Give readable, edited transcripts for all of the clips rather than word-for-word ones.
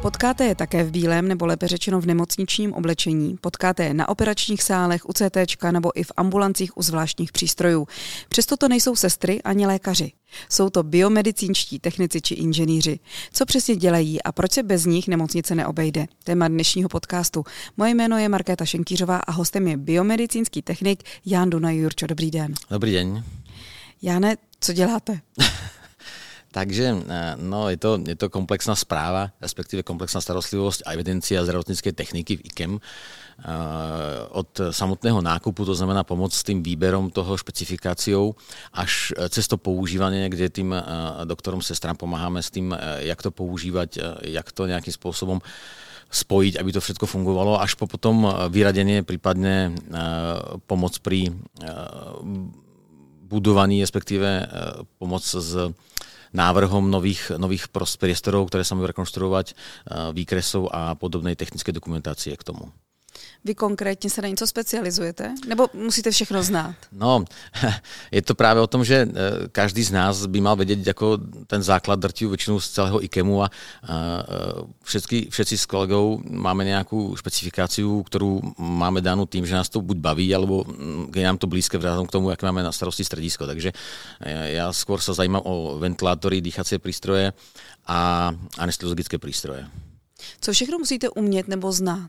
Potkáte je také v bílém, nebo lépe řečeno v nemocničním oblečení. Potkáte je na operačních sálech, u CTčka nebo i v ambulancích u zvláštních přístrojů. Přesto to nejsou sestry ani lékaři. Jsou to biomedicínští technici či inženýři. Co přesně dělají a proč se bez nich nemocnice neobejde? Téma dnešního podcastu. Moje jméno je Markéta Šenkýřová a hostem je biomedicínský technik Jan Dunaj. Jurčo, dobrý den. Dobrý den. Jane, co děláte? Takže je to komplexná správa, respektíve komplexná starostlivosť a evidencia zdravotníckej techniky v IKEM. Od samotného nákupu, to znamená pomoc s tým výberom toho špecifikáciou, až cez to používanie, kde tým doktorom, sestrám pomáhame s tým, jak to používať, jak to nejakým spôsobom spojiť, aby to všetko fungovalo, až po potom vyradenie, prípadne pomoc pri budovaní, respektíve pomoc s návrhom nových priestorov, ktoré sa majú rekonštruovať, výkresov a podobnej technické dokumentácie k tomu. Vy konkrétně se na něco specializujete? Nebo musíte všechno znát? No, je to práve o tom, že každý z nás by mal vedieť ako ten základ, drtivú väčšinu z celého IKEMu a všetci s kolegou máme nejakú špecifikáciu, ktorú máme danú tým, že nás to buď baví, alebo je nám to blízke vzhľadom k tomu, aké máme na starosti stredisko. Takže ja skôr sa zajímam o ventilátory, dýchacie prístroje a anesteziologické prístroje. Co všechno musíte umět nebo znát?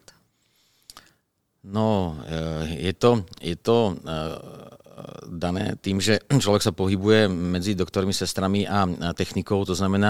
No, je to dané tým, že človek sa pohybuje medzi doktormi, sestrami a technikou, to znamená,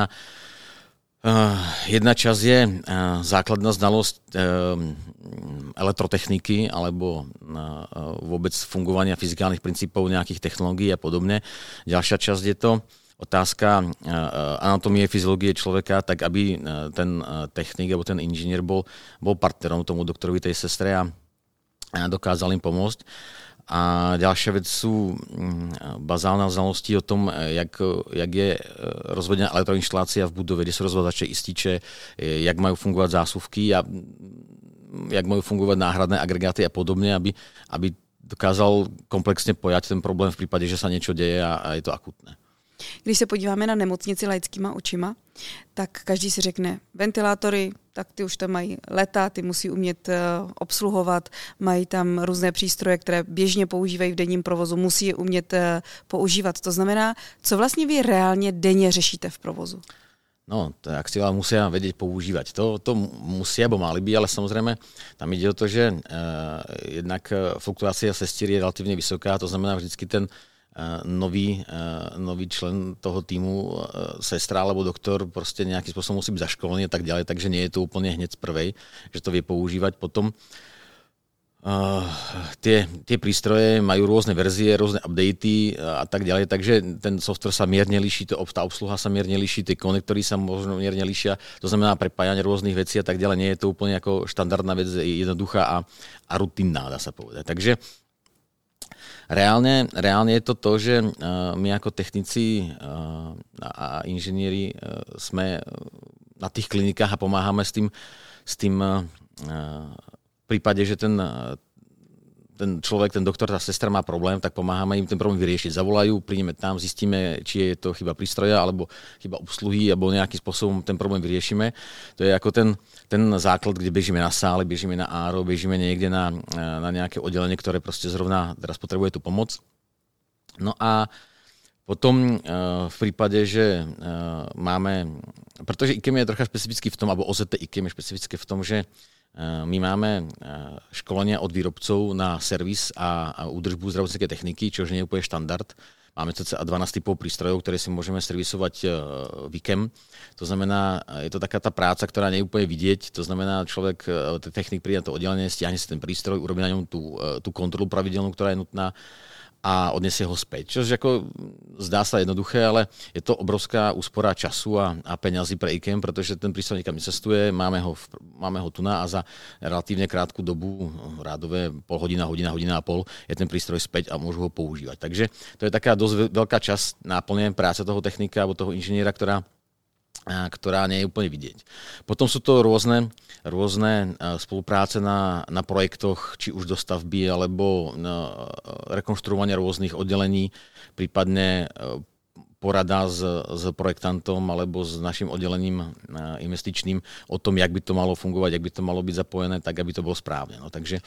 jedna časť je základná znalosť elektrotechniky alebo vôbec fungovania fyzikálnych princípov nejakých technológií a podobne. Ďalšia časť je to otázka anatomie, fyziológie človeka, tak aby ten technik alebo ten inžinier bol partnerom tomu doktorovi, tej sestre a dokázal im pomôcť. A ďalšia vec sú bazálne znalosti o tom, jak je rozvedená elektroinštalácia v budove, kde sú rozvadače, ističe, jak majú fungovať zásuvky a jak majú fungovať náhradné agregáty a podobne, aby dokázal komplexne pojať ten problém v prípade, že sa niečo deje a je to akutné. Když se podíváme na nemocnici laickýma očima, tak každý si řekne ventilátory, tak ty už tam mají leta, ty musí umět obsluhovat, mají tam různé přístroje, které běžně používají v denním provozu, musí je umět používat. To znamená, co vlastně vy reálně denně řešíte v provozu? No, tak si ale musia vedieť používať. To musia, bo mali by, ale samozrejme tam ide o to, že jednak fluktuácia sestier je relatívne vysoká, to znamená vždycky ten nový člen toho týmu, sestra alebo doktor, proste nejakým spôsobom musí byť zaškolený a tak ďalej, takže nie je to úplne hneď z prvej, že to vie používať. Potom tie prístroje majú rôzne verzie, rôzne updaty a tak ďalej, takže ten software sa mierne líši, tá obsluha sa mierne líši, tie konektory sa možno mierne líšia, to znamená prepájanie rôznych vecí a tak ďalej, nie je to úplne ako štandardná vec, jednoduchá a rutinná, dá sa povedať. Takže Reálne je to, že my ako technici a inžinieri sme na tých klinikách a pomáhame s tým v prípade, že ten človek, ten doktor, tá sestra má problém, tak pomáhame im ten problém vyriešiť. Zavolajú, prídeme tam, zistíme, či je to chyba prístroja, alebo chyba obsluhy, alebo nejakým spôsobom ten problém vyriešime. To je ako ten základ, kde bežíme na sále, bežíme na áro, bežíme niekde na nejaké oddelenie, ktoré proste zrovna teraz potrebuje tú pomoc. No a potom v prípade, že máme, pretože IKEM je trocha špecifický v tom, alebo OZT IKEM je špecifické v tom, že my máme školenia od výrobcov na servis a údržbu zdravotníckej techniky, čo nie je úplne štandard. Máme cca 12 typov prístrojov, ktoré si môžeme servisovať v IKEM. To znamená, je to taká tá práca, ktorá nie je úplne vidieť. To znamená, ten technik príde na to oddelenie, stiahne si ten prístroj, urobí na ňom tú kontrolu pravidelnú, ktorá je nutná a odniesie ho späť. Čož ako zdá sa jednoduché, ale je to obrovská úspora času a peňazí pre IKEM, pretože ten prístroj nikam necestuje, máme ho tu a za relatívne krátku dobu, rádové pol hodina a pol, je ten prístroj späť a môžu ho používať. Takže to je taká dosť veľká časť náplne práce toho technika alebo toho inžiniera, ktorá nie je úplne vidieť. Potom sú to rôzne spolupráce na projektoch, či už dostavby, alebo rekonštruovania rôznych oddelení, prípadne porada s projektantom alebo s našim oddelením investičným o tom, jak by to malo fungovať, jak by to malo byť zapojené, tak aby to bolo správne. No, takže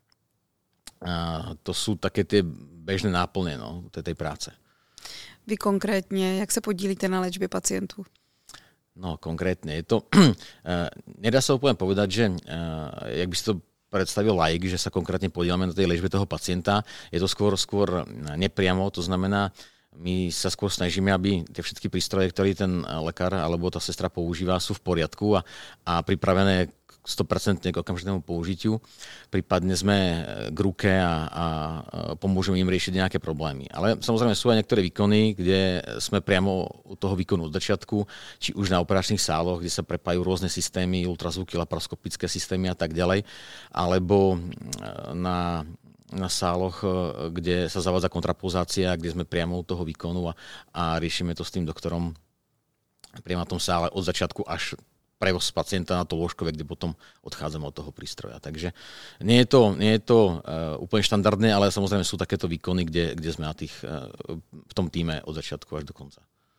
to sú také tie bežné náplne tej práce. Vy konkrétně, jak se podílíte na léčbě pacientů? No, konkrétne je to... Nedá sa úplne povedať, že jak by si to predstavil laik, že sa konkrétne podílame na tej liečbe toho pacienta. Je to skôr nepriamo, to znamená, my sa skôr snažíme, aby tie všetky prístroje, ktoré ten lekár alebo tá sestra používa, sú v poriadku a pripravené 100% k okamžitému použitiu. Prípadne sme k ruke a pomôžeme im riešiť nejaké problémy. Ale samozrejme sú aj niektoré výkony, kde sme priamo u toho výkonu od začiatku, či už na operačných sáloch, kde sa prepájajú rôzne systémy, ultrazvuky, laparoskopické systémy a tak ďalej, alebo na sáloch, kde sa zavádza kontrapulzácia, kde sme priamo u toho výkonu a riešime to s tým doktorom priamo na tom sále od začiatku až prevoz pacienta na to lôžkové, kde potom odchádzame od toho prístroja. Takže nie je to úplne štandardné, ale samozrejme sú takéto výkony, kde sme na v tom týme od začiatku až do konca.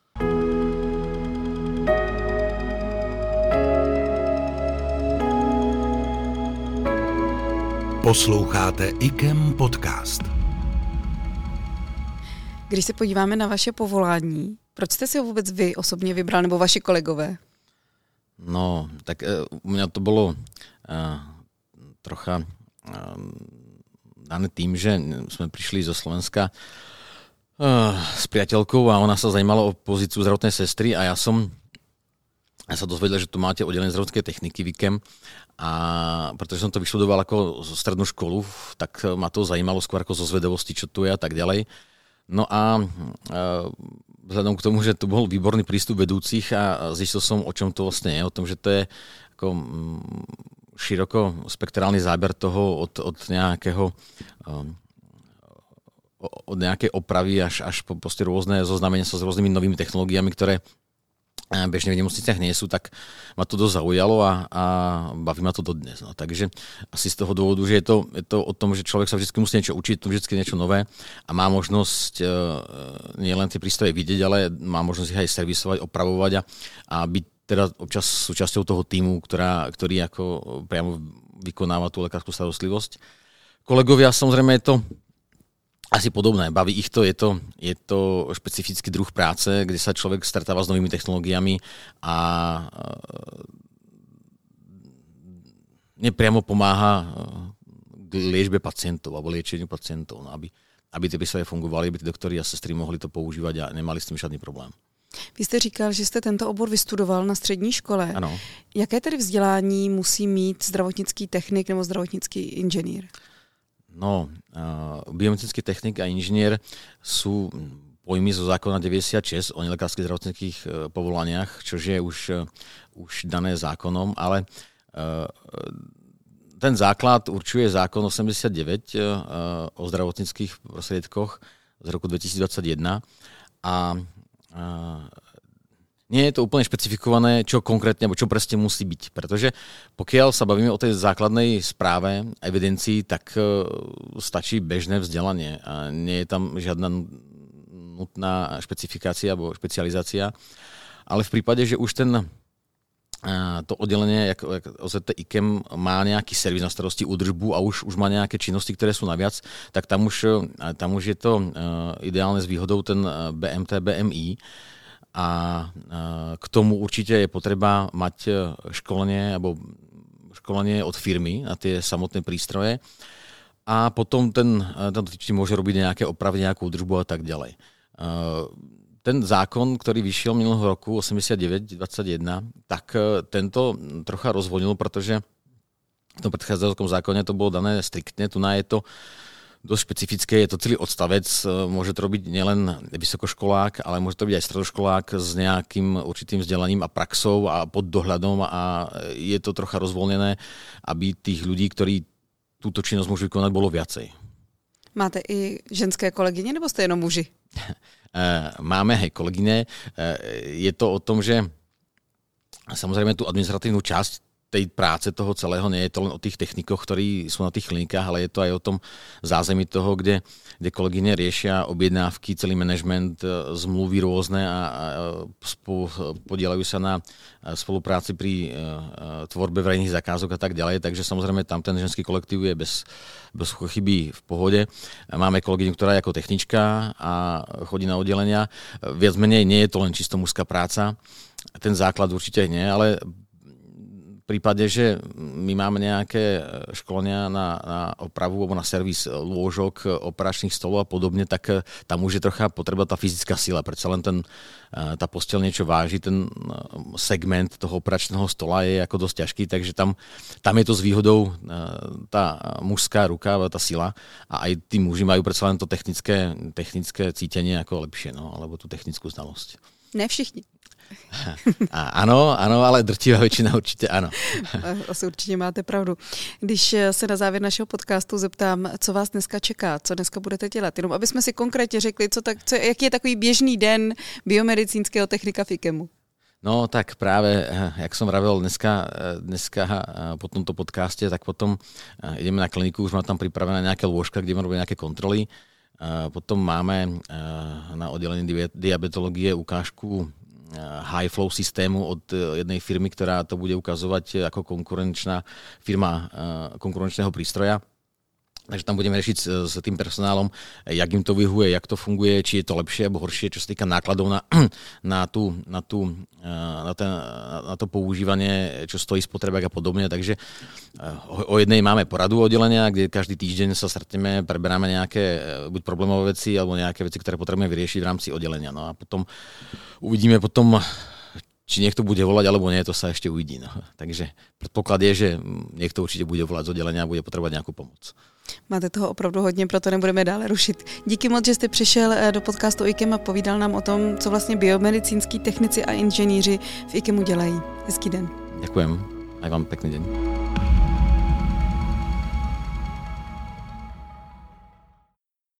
Posloucháte IKEM podcast. Když se podíváme na vaše povolání, proč jste si ho vůbec vy osobně vybral, nebo vaši kolegové? No, tak u mňa to bolo trocha dané tým, že sme prišli zo Slovenska s priateľkou a ona sa zajímala o pozíciu zdravotnej sestry a ja sa dozvedel, že tu máte oddelenie zdravotnej techniky VIKEM a pretože som to vyštudoval ako strednú školu, tak ma to zajímalo skôr ako zo zvedovosti, čo tu je a tak ďalej. No a vzhľadom k tomu, že to bol výborný prístup vedúcich a zistil som, o čom to vlastne je, o tom, že to je ako široko spektrálny záber toho od nejakej opravy až po proste rôzne zoznamenia sa s rôznymi novými technológiami, ktoré bežne v nemocniciach nie sú, tak ma to dosť zaujalo a baví ma to dodnes. No. Takže asi z toho dôvodu, že je to o tom, že človek sa vždy musí niečo učiť, vždy niečo nové a má možnosť nielen tie prístroje vidieť, ale má možnosť ich aj servisovať, opravovať a byť teda občas súčasťou toho tímu, ktorý ako priamo vykonáva tú lekárskú starostlivosť. Kolegovia, samozrejme je to asi podobné. Baví ich to, je to špecifický druh práce, kde sa človek stretáva s novými technológiami a nepriamo pomáha k liečbe pacientov alebo liečeniu pacientov, no, aby tie prístroje fungovali, aby tí doktori a sestry mohli to používať a nemali s tým žádný problém. Vy jste říkal, že jste tento obor vystudoval na střední škole. Ano. Jaké tedy vzdělání musí mít zdravotnický technik nebo zdravotnický inženýr? No, biomedicínsky technik a inžinier sú pojmy zo zákona 96 o nelekárskych zdravotníckých povolaniach, čo je už dané zákonom, ale ten základ určuje zákon 89 o zdravotníckých prostriedkoch z roku 2021 a nie je to úplne špecifikované, čo konkrétne, alebo čo presne musí byť. Pretože pokiaľ sa bavíme o tej základnej správe a evidencii, tak stačí bežné vzdelanie. A nie je tam žiadna nutná špecifikácia alebo špecializácia. Ale v prípade, že už to oddelenie, jak OZT IKEM má nejaký servis na starosti údržbu a už má nejaké činnosti, ktoré sú naviac, tak tam už je to ideálne s výhodou ten BMT, BMI. A k tomu určite je potreba mať školenie od firmy na tie samotné prístroje a potom ten dotyčný môže robiť nejaké opravy, nejakú údržbu a tak ďalej. Ten zákon, ktorý vyšiel minulého roku 89-21, tak tento trocha rozvolnil, pretože v tom predchádzajúcom zákone to bolo dané striktne, tu je to dosť špecifické, je to celý odstavec, môže to robiť nielen vysokoškolák, ale môže to byť aj stredoškolák s nejakým určitým vzdelaním a praxou a pod dohľadom a je to trocha rozvoľnené, aby tých ľudí, ktorí túto činnosť môžu vykonať, bolo viacej. Máte i ženské kolegyne, nebo ste jenom muži? Máme aj kolegyne. Je to o tom, že samozrejme tú administratívnu časť tej práce toho celého nie je to len o tých technikoch, ktorí sú na tých klinikách, ale je to aj o tom zázemí toho, kde kolegyne riešia objednávky, celý manažment, zmluvy rôzne a podielajú sa na spolupráci pri tvorbe verejných zakázok a tak ďalej. Takže samozrejme tam ten ženský kolektív je bez chyby v pohode. Máme kolegyňu, ktorá je ako technička a chodí na oddelenia. Viac menej nie je to len čisto mužská práca. Ten základ určite nie, ale v prípade, že my máme nejaké školenia na opravu alebo na servis lôžok, operačných stolov a podobne, tak tam už je trocha potreba tá fyzická sila. Predsa len tá posteľ niečo váži, ten segment toho operačného stola je ako dosť ťažký, takže tam je to s výhodou tá mužská ruka, tá sila a aj tí muži majú predsa len to technické cítenie ako lepšie, no, alebo tú technickú znalosť. Ne všichni. Ano, ale drtivá většina určitě ano. Asi určitě máte pravdu. Když se na závěr našeho podcastu zeptám, co vás dneska čeká, co dneska budete dělat, jenom aby jsme si konkrétně řekli, jaký je takový běžný den biomedicínského technika v IKEMu. No tak práve, jak som vravel dneska po tomto podcaste, tak potom ideme na kliniku, už mám tam pripravené nejaké lôžka, kde máme robiť nejaké kontroly. Potom máme na oddelení diabetológie ukážku high flow systému od jednej firmy, ktorá to bude ukazovať ako konkurenčná firma konkurenčného prístroja. Takže tam budeme riešiť s tým personálom, jak im to vyhovuje, jak to funguje, či je to lepšie alebo horšie, čo sa týka nákladov na to používanie, čo stojí spotrebák a podobne. Takže o jednej máme poradu oddelenia, kde každý týždeň sa stretneme, preberáme nejaké buď problémové veci, alebo nejaké veci, ktoré potrebujeme vyriešiť v rámci oddelenia. No a potom uvidíme či niekto bude volať, alebo nie, to sa ešte uvidí. No. Takže predpoklad je, že niekto určite bude volať z oddelenia a bude potrebovať nejakú pomoc. Máte toho opravdu hodně, proto nebudeme dále rušit. Díky moc, že jste přišel do podcastu IKEM a povídal nám o tom, co vlastně biomedicínskí technici a inženýři v IKEMu dělají. Hezký den. Ďakujem. Aj vám pekný deň.